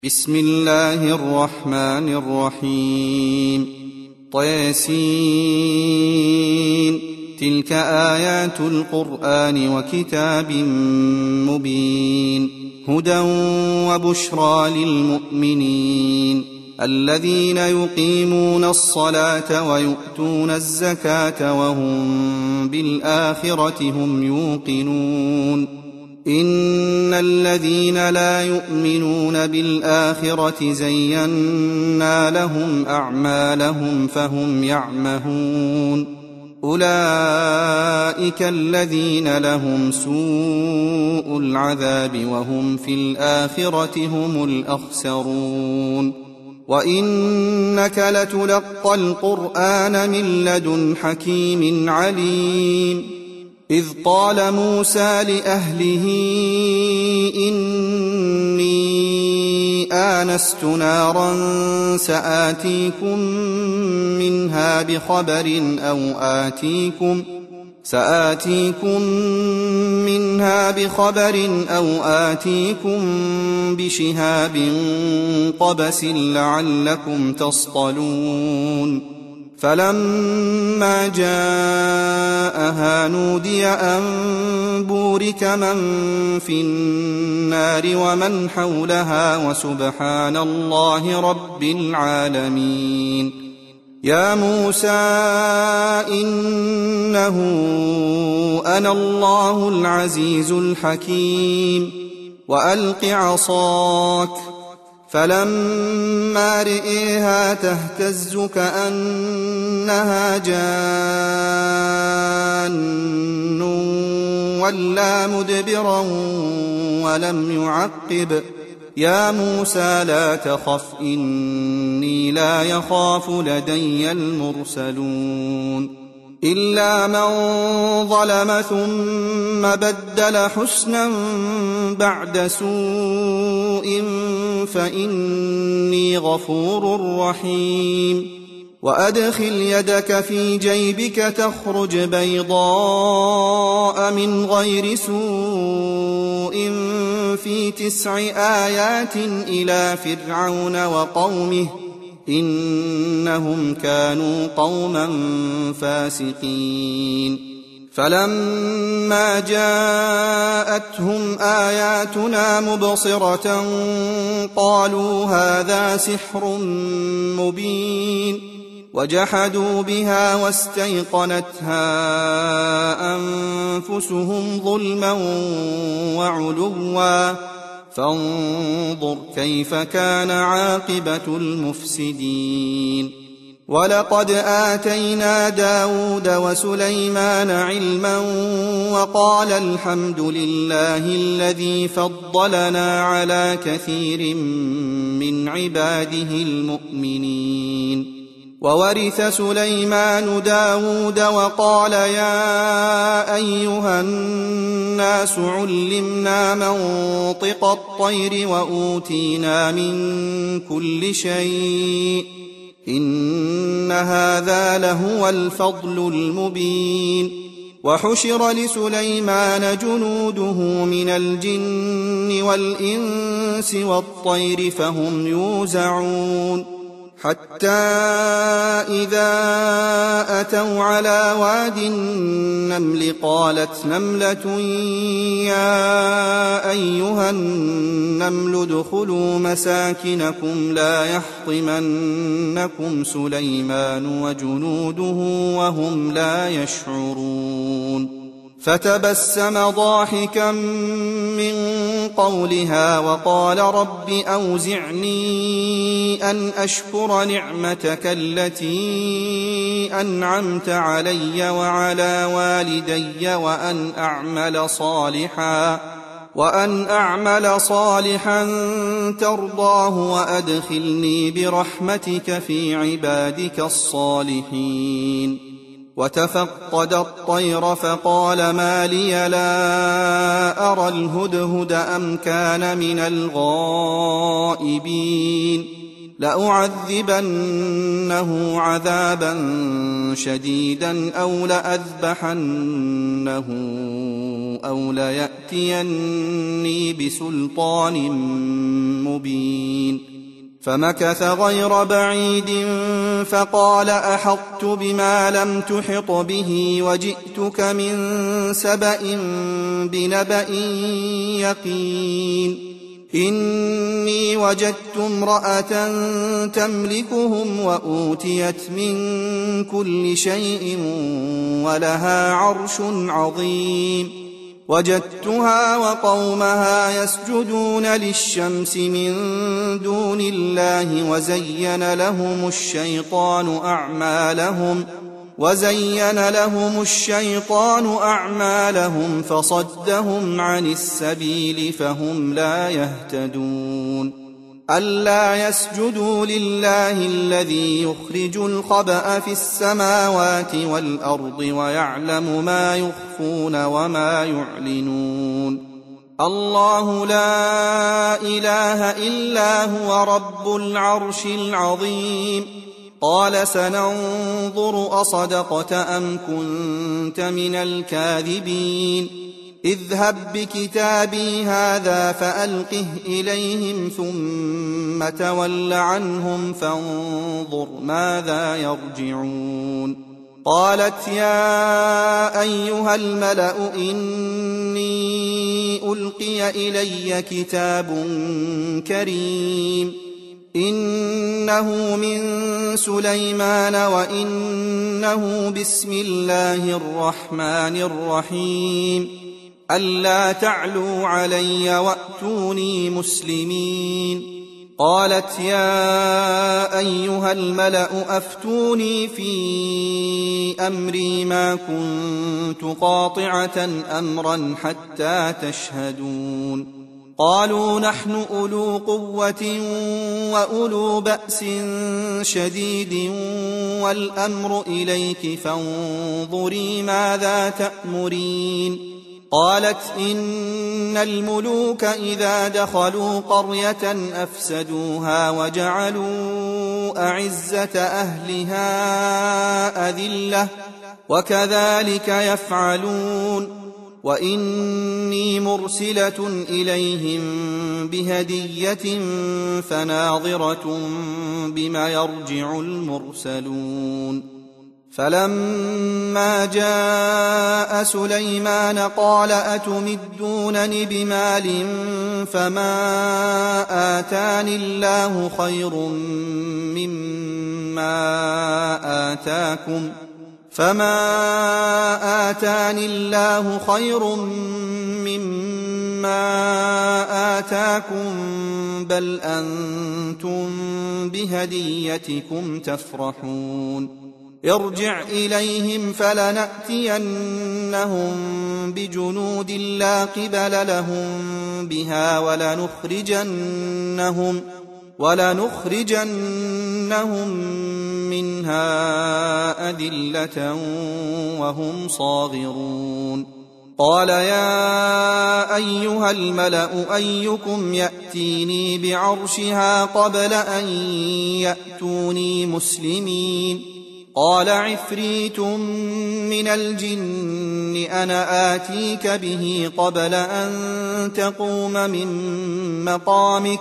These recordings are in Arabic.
بسم الله الرحمن الرحيم طيسين تلك آيات القرآن وكتاب مبين هدى وبشرى للمؤمنين الذين يقيمون الصلاة ويؤتون الزكاة وهم بالآخرة هم يوقنون إن الذين لا يؤمنون بالآخرة زينا لهم أعمالهم فهم يعمهون أولئك الذين لهم سوء العذاب وهم في الآخرة هم الأخسرون وإنك لتلقى القرآن من لدن حكيم عليم إذ قال موسى لأهله إني آنست نارا سآتيكم منها بخبر أو آتيكم بشهاب قبس لعلكم تصطلون فلما جاءها نودي أن بورك من في النار ومن حولها وسبحان الله رب العالمين يا موسى إنه أنا الله العزيز الحكيم وألق عصاك فلما رئيها تهتز كأنها جان ولا مدبرا ولم يعقب يا موسى لا تخف إني لا يخاف لدي المرسلون إلا من ظلم ثم بدل حسنا بعد سوء فإني غفور رحيم وأدخل يدك في جيبك تخرج بيضاء من غير سوء في 9 آيات إلى فرعون وقومه إنهم كانوا قوما فاسقين فلما جاءتهم آياتنا مبصرة قالوا هذا سحر مبين وجحدوا بها واستيقنتها أنفسهم ظلما وعلوا فانظر كيف كان عاقبة المفسدين ولقد آتينا داود وسليمان علما وقال الحمد لله الذي فضلنا على كثير من عباده المؤمنين وورث سليمان داود وقال يا أيها الناس علمنا منطق الطير وأوتينا من كل شيء إن هذا لهو الفضل المبين وحشر لسليمان جنوده من الجن والإنس والطير فهم يوزعون حتى إذا أتوا على واد النمل قالت نملة يا أيها النمل ادخلوا مساكنكم لا يحطمنكم سليمان وجنوده وهم لا يشعرون فتبسم ضاحكا من قولها وقال رب أوزعني أن أشكر نعمتك التي أنعمت علي وعلى والدي وأن أعمل صالحا ترضاه وأدخلني برحمتك في عبادك الصالحين وتفقد الطير فقال ما لي لا أرى الهدهد أم كان من الغائبين لأعذبنه عذابا شديدا أو لأذبحنه أو ليأتيني بسلطان مبين فمكث غير بعيد فقال أحطت بما لم تحط به وجئتك من سبأ بنبأ يقين إني وجدت امرأة تملكهم وأوتيت من كل شيء ولها عرش عظيم وجدتها وقومها يسجدون للشمس من دون الله وزين لهم الشيطان أعمالهم فصدهم عن السبيل فهم لا يهتدون ألا يسجدوا لله الذي يخرج الخبأ في السماوات والأرض ويعلم ما يخفون وما يعلنون الله لا إله إلا هو رب العرش العظيم قال سننظر أصدقت أم كنت من الكاذبين اذهب بكتابي هذا فألقه إليهم ثم تول عنهم فانظر ماذا يرجعون قالت يا أيها الملأ إني ألقي إلي كتاب كريم إنه من سليمان وإنه بسم الله الرحمن الرحيم ألا تعلوا علي وأتوني مسلمين قالت يا أيها الملأ أفتوني في أمري ما كنت قاطعة أمرا حتى تشهدون قالوا نحن أولو قوة وأولو بأس شديد والأمر إليك فانظري ماذا تأمرين قالت إن الملوك إذا دخلوا قرية أفسدوها وجعلوا أعزة أهلها أذلة وكذلك يفعلون وإني مرسلة إليهم بهدية فناظرة بما يرجع المرسلون فلما جاء سليمان قال أتمدونني بمال فما آتاني الله خير مما آتاكم بل أنتم بهديتكم تفرحون ارجع إليهم فلنأتينهم بجنود لا قبل لهم بها ولنخرجنهم منها أذلة وهم صاغرون قال يا أيها الملأ أيكم يأتيني بعرشها قبل أن يأتوني مسلمين قال عفريت من الجن أنا آتيك به قبل أن تقوم من مقامك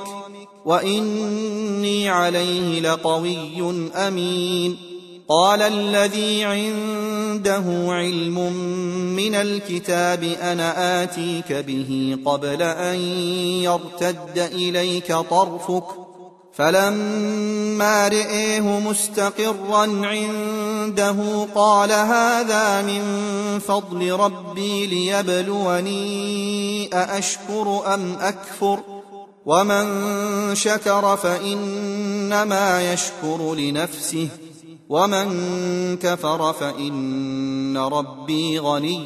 وإني عليه لقوي أمين قال الذي عنده علم من الكتاب أنا آتيك به قبل أن يرتد إليك طرفك فلما رئيه مستقرا عنده قال هذا من فضل ربي ليبلوني أأشكر أم أكفر ومن شكر فإنما يشكر لنفسه ومن كفر فإن ربي غني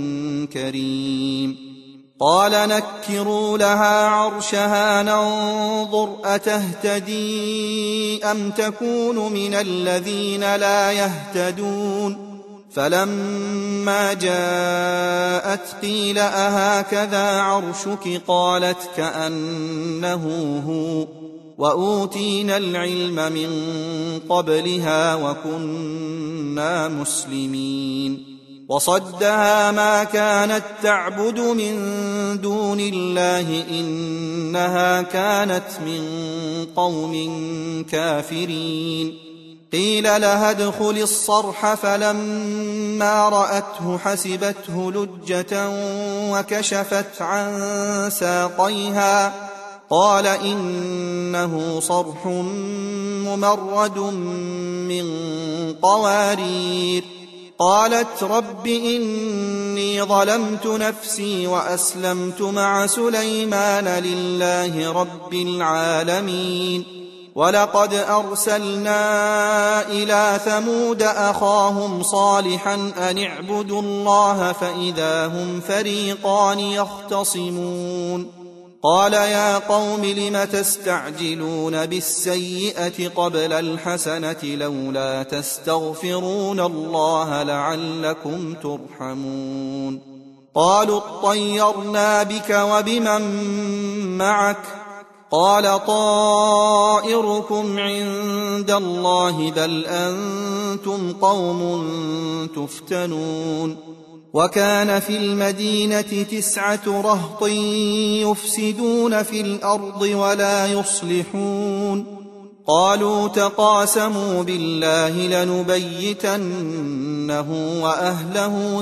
كريم قال نكروا لها عرشها ننظر أتهتدي أم تكون من الذين لا يهتدون فلما جاءت قيل أهكذا عرشك قالت كأنه هو وأوتينا العلم من قبلها وكنا مسلمين وصدها ما كانت تعبد من دون الله إنها كانت من قوم كافرين. قيل لها ادخل الصرح فلما رأته حسبته لجة وكشفت عن ساقيها قال إنه صرح ممرد من قوارير. قالت رب إني ظلمت نفسي وأسلمت مع سليمان لله رب العالمين. ولقد أرسلنا إلى ثمود أخاهم صالحا أن اعبدوا الله فإذا هم فريقان يختصمون. قال يا قوم لم تستعجلون بالسيئة قبل الحسنة لولا تستغفرون الله لعلكم ترحمون. قالوا اطيرنا بك وبمن معك قال طائركم عند الله بل أنتم قوم تفتنون. وكان في المدينة 9 رهط يفسدون في الأرض ولا يصلحون. قالوا تقاسموا بالله لنبيتنه وأهله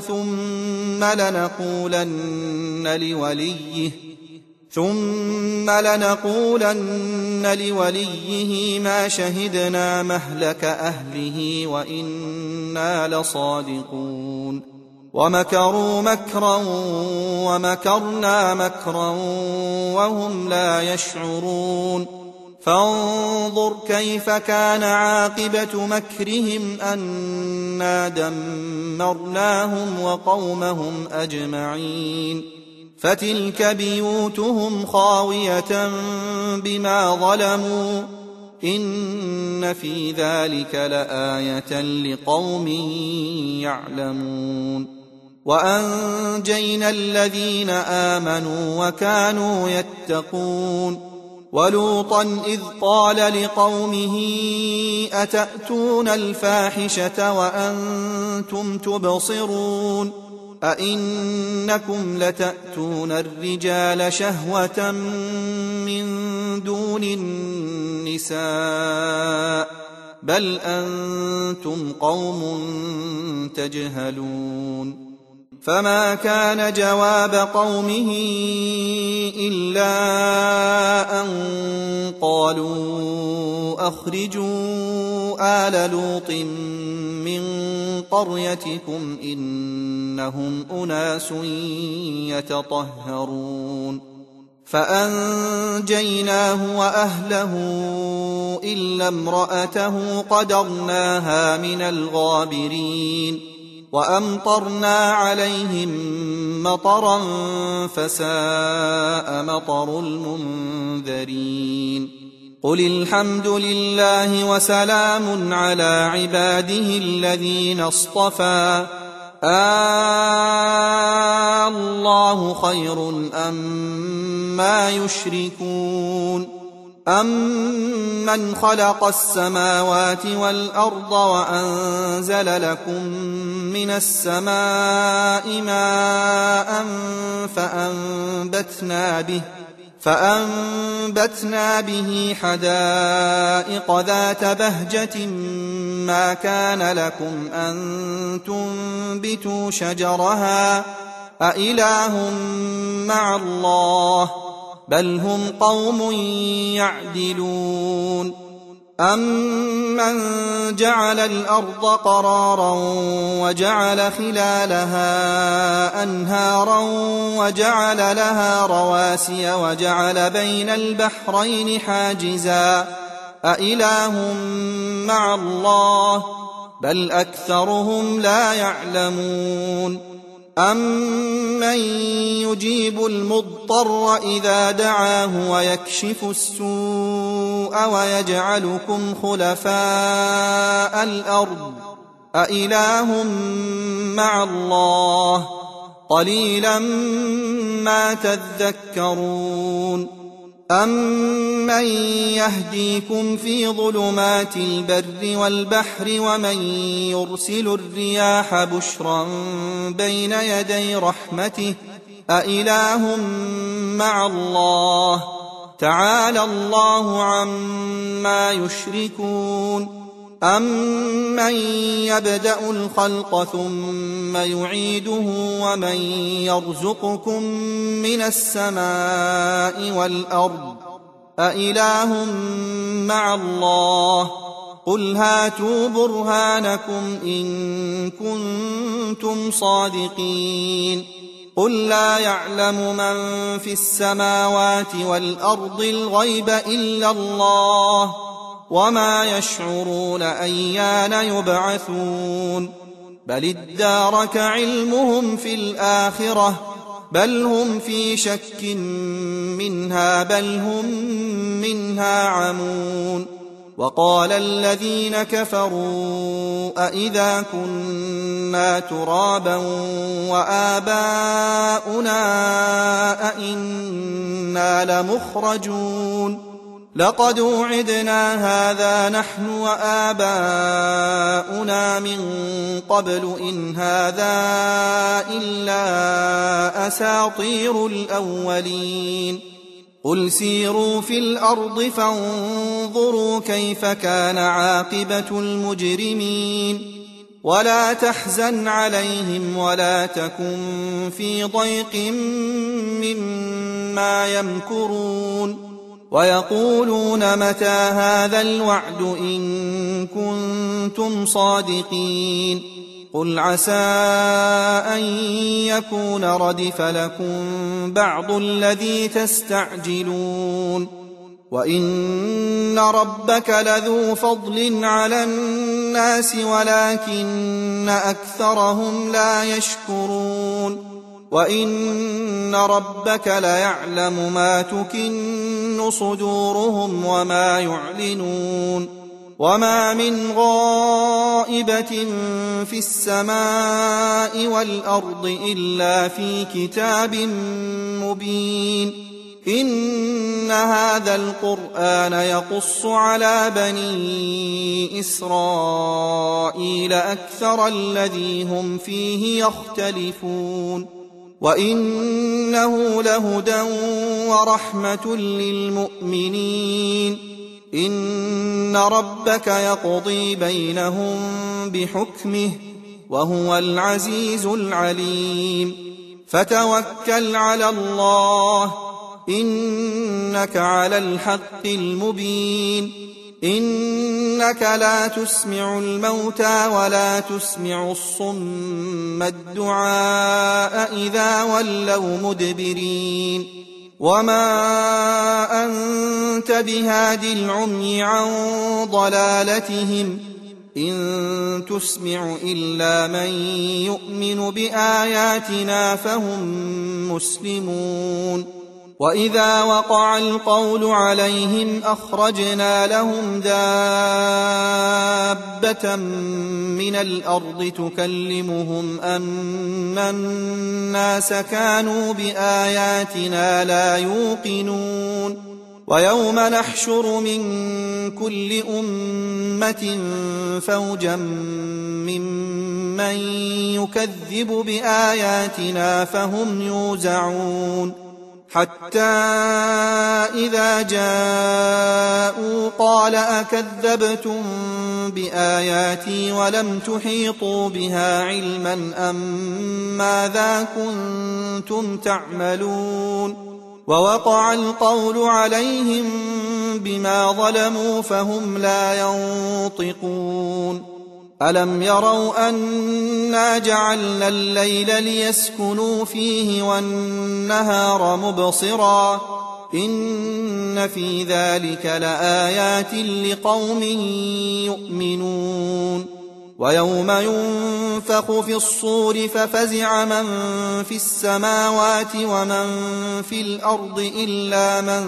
ثم لنقولن لوليه ما شهدنا مهلك أهله وإنا لصادقون. ومكروا مكرا ومكرنا مكرا وهم لا يشعرون. فانظر كيف كان عاقبة مكرهم أنا دمرناهم وقومهم أجمعين. فتلك بيوتهم خاوية بما ظلموا إن في ذلك لآية لقوم يعلمون. وأنجينا الذين آمنوا وكانوا يتقون. ولوطا إذ قال لقومه أتأتون الفاحشة وأنتم تبصرون أئنكم لتأتون الرجال شهوة من دون النساء بل أنتم قوم تجهلون. فما كان جواب قومه إلا أن قالوا أخرجوا آل لوط من قريتكم إنهم أناس يتطهرون. فأنجيناه وأهله إلا امرأته قدرناها من الغابرين. وأمطرنا عليهم مطرا فساء مطر المنذرين. قل الحمد لله وسلام على عباده الذين اصطفى الله خير أما يشركون. أمن خلق السماوات والأرض وأنزل لكم من السماء ماء فأنبتنا به حدائق ذات بهجة ما كان لكم أن تنبتوا شجرها أإله مع الله بل هم قوم يعدلون. أمن جعل الأرض قرارا وجعل خلالها أنهارا وجعل لها رواسي وجعل بين البحرين حاجزا أإله مع الله بل أكثرهم لا يعلمون. أمن يجيب المضطر إذا دعاه ويكشف السوء ويجعلكم خلفاء الأرض أإله مع الله قليلا ما تذكرون. أَمَّن يَهْدِيكُمْ فِي ظُلُمَاتِ الْبَرِّ وَالْبَحْرِ وَمَن يُرْسِلُ الرِّيَاحَ بُشْرًا بَيْنَ يَدَيْ رَحْمَتِهِ أَإِلَٰهٌ مَّعَ اللَّهِ تَعَالَى اللَّهُ عَمَّا يُشْرِكُونَ أَمَّن يَبْدَأُ الْخَلْقَ ثُمَّ يُعِيدُهُ وَمَن يَرْزُقُكُم مِّنَ السَّمَاءِ وَالْأَرْضِ أَإِلَٰهٌ مَّعَ اللَّهِ قُلْ هَاتُوا بُرْهَانَكُمْ إِن كُنتُمْ صَادِقِينَ قُل لَّا يَعْلَمُ مَن فِي السَّمَاوَاتِ وَالْأَرْضِ الْغَيْبَ إِلَّا اللَّهُ وَمَا يَشْعُرُونَ أَيَّانَ يُبْعَثُونَ بَلِ ادَّارَكَ عِلْمُهُمْ فِي الْآخِرَةِ بَلْ هُمْ فِي شَكٍّ مِّنْهَا بَلْ هُمْ مِنْهَا عَمُونَ وَقَالَ الَّذِينَ كَفَرُوا أَإِذَا كُنَّا تُرَابًا وَآبَاؤُنَا أَإِنَّا لَمُخْرَجُونَ لقد وعدنا هذا نحن وآباؤنا من قبل إن هذا إلا أساطير الأولين قل سيروا في الأرض فانظروا كيف كان عاقبة المجرمين ولا تحزن عليهم ولا تكن في ضيق مما يمكرون ويقولون متى هذا الوعد إن كنتم صادقين قل عسى أن يكون ردف لكم بعض الذي تستعجلون وإن ربك لذو فضل على الناس ولكن أكثرهم لا يشكرون وَإِنَّ رَبَّكَ لَيَعْلَمُ مَا تُكِنُّ صُدُورُهُمْ وَمَا يُعْلِنُونَ وَمَا مِنْ غَائِبَةٍ فِي السَّمَاءِ وَالْأَرْضِ إِلَّا فِي كِتَابٍ مُبِينٍ إِنَّ هَذَا الْقُرْآنَ يَقُصُّ عَلَى بَنِي إِسْرَائِيلَ أَكْثَرَ الَّذِي هُمْ فِيهِ يَخْتَلِفُونَ وَإِنَّهُ لَهُدًى وَرَحْمَةٌ لِّلْمُؤْمِنِينَ إِنَّ رَبَّكَ يَقْضِي بَيْنَهُم بِحُكْمِهِ وَهُوَ الْعَزِيزُ الْعَلِيمُ فَتَوَكَّلْ عَلَى اللَّهِ إِنَّكَ عَلَى الْحَقِّ الْمُبِينِ إِنَّكَ لَا تُسْمِعُ الْمَوْتَىٰ وَلَا تُسْمِعُ الصُّمَّ الدُّعَاءَ إِذَا وَلَّوْا مُدْبِرِينَ وَمَا أَنتَ بِهَادِ الْعُمْيِ عَن ضَلَالَتِهِمْ إِن تُسْمِعُ إِلَّا مَن يُؤْمِنُ بِآيَاتِنَا فَهُم مُّسْلِمُونَ وَإِذَا وَقَعَ الْقَوْلُ عَلَيْهِمْ أَخْرَجْنَا لَهُمْ دَابَّةً مِّنَ الْأَرْضِ تُكَلِّمُهُمْ أَنَّ النَّاسَ كَانُوا بِآيَاتِنَا لَا يُوقِنُونَ وَيَوْمَ نَحْشُرُ مِن كُلِّ أُمَّةٍ فَوْجًا مِّمَّن يُكَذِّبُ بِآيَاتِنَا فَهُمْ يُوزَعُونَ حتى إذا جاءوا قال أكذبتم بآياتي ولم تحيطوا بها علما أم ماذا كنتم تعملون ووقع القول عليهم بما ظلموا فهم لا ينطقون ألم يروا أنا جعلنا الليل ليسكنوا فيه والنهار مبصرا إن في ذلك لآيات لقوم يؤمنون ويوم ينفخ في الصور ففزع من في السماوات ومن في الأرض إلا من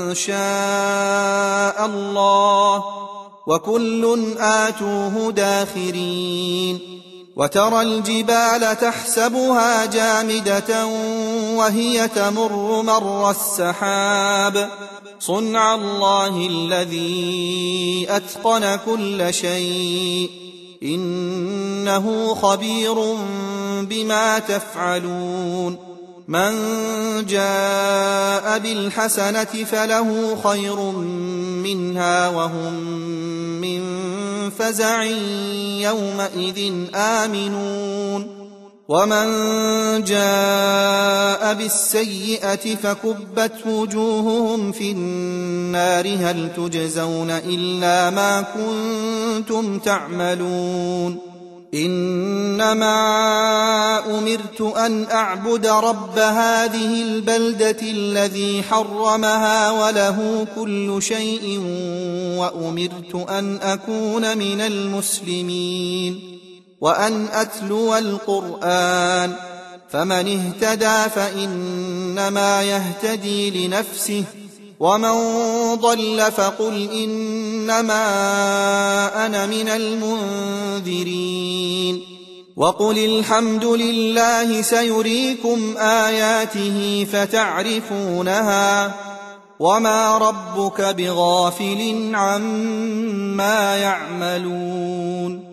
شاء الله وكل آتوه داخرين وترى الجبال تحسبها جامدة وهي تمر مر السحاب صنع الله الذي أتقن كل شيء إنه خبير بما تفعلون من جاء بالحسنة فله خير منها وهم من فزع يومئذ آمنون ومن جاء بالسيئة فكبت وجوههم في النار هل تجزون إلا ما كنتم تعملون إنما أمرت أن أعبد رب هذه البلدة الذي حرمها وله كل شيء وأمرت أن أكون من المسلمين وأن أتلو القرآن فمن اهتدى فإنما يهتدي لنفسه ومن ضل فقل إنما أنا من المنذرين وقل الحمد لله سيريكم آياته فتعرفونها وما ربك بغافل عما يعملون